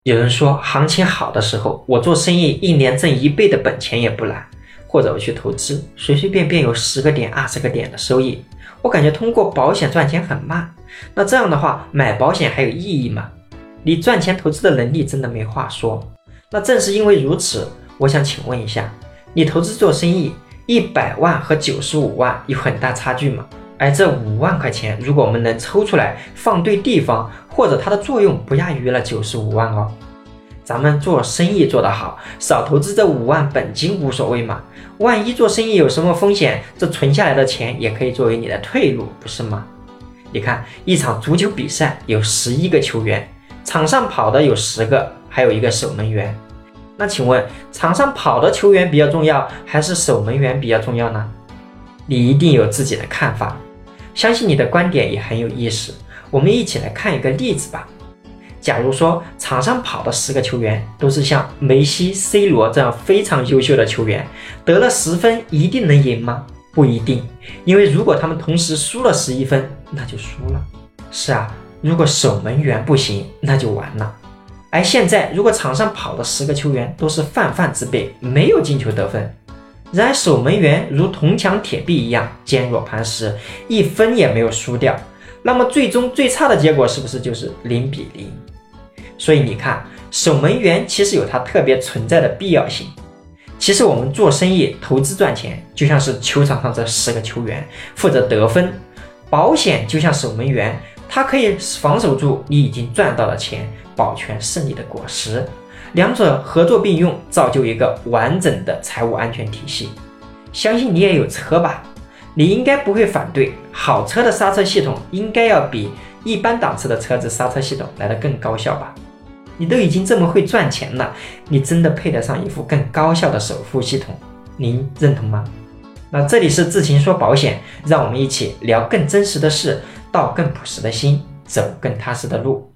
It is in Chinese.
有人说行情好的时候，我做生意一年挣1倍的本钱也不难，或者我去投资，随随便便有10个点、20个点的收益。我感觉通过保险赚钱很慢，那这样的话，买保险还有意义吗？你赚钱投资的能力真的没话说。那正是因为如此，我想请问一下，你投资做生意100万和95万有很大差距吗？而这5万块钱，如果我们能抽出来放对地方，或者它的作用不亚于了95万哦。咱们做生意做得好，少投资这5万本金无所谓嘛？万一做生意有什么风险，这存下来的钱也可以作为你的退路，不是吗？你看，一场足球比赛有11个球员，场上跑的有10个，还有一个守门员。那请问，场上跑的球员比较重要，还是守门员比较重要呢？你一定有自己的看法，相信你的观点也很有意思。我们一起来看一个例子吧。假如说场上跑的10个球员都是像梅西、C 罗这样非常优秀的球员，得了10分一定能赢吗？不一定，因为如果他们同时输了11分，那就输了。是啊，如果守门员不行，那就完了。而现在，如果场上跑的10个球员都是泛泛之辈，没有进球得分，然而守门员如铜墙铁壁一样坚若磐石，1分也没有输掉，那么最终最差的结果是不是就是0比0？所以你看，守门员其实有它特别存在的必要性。其实我们做生意投资赚钱，就像是球场上这10个球员负责得分，保险就像守门员，它可以防守住你已经赚到的钱，保全胜利的果实。两者合作并用，造就一个完整的财务安全体系。相信你也有车吧？你应该不会反对，好车的刹车系统应该要比一般档次的车子刹车系统来得更高效吧？你都已经这么会赚钱了，你真的配得上一副更高效的守护系统，您认同吗？那这里是智勤说保险，让我们一起聊更真实的事，道更朴实的心，走更踏实的路。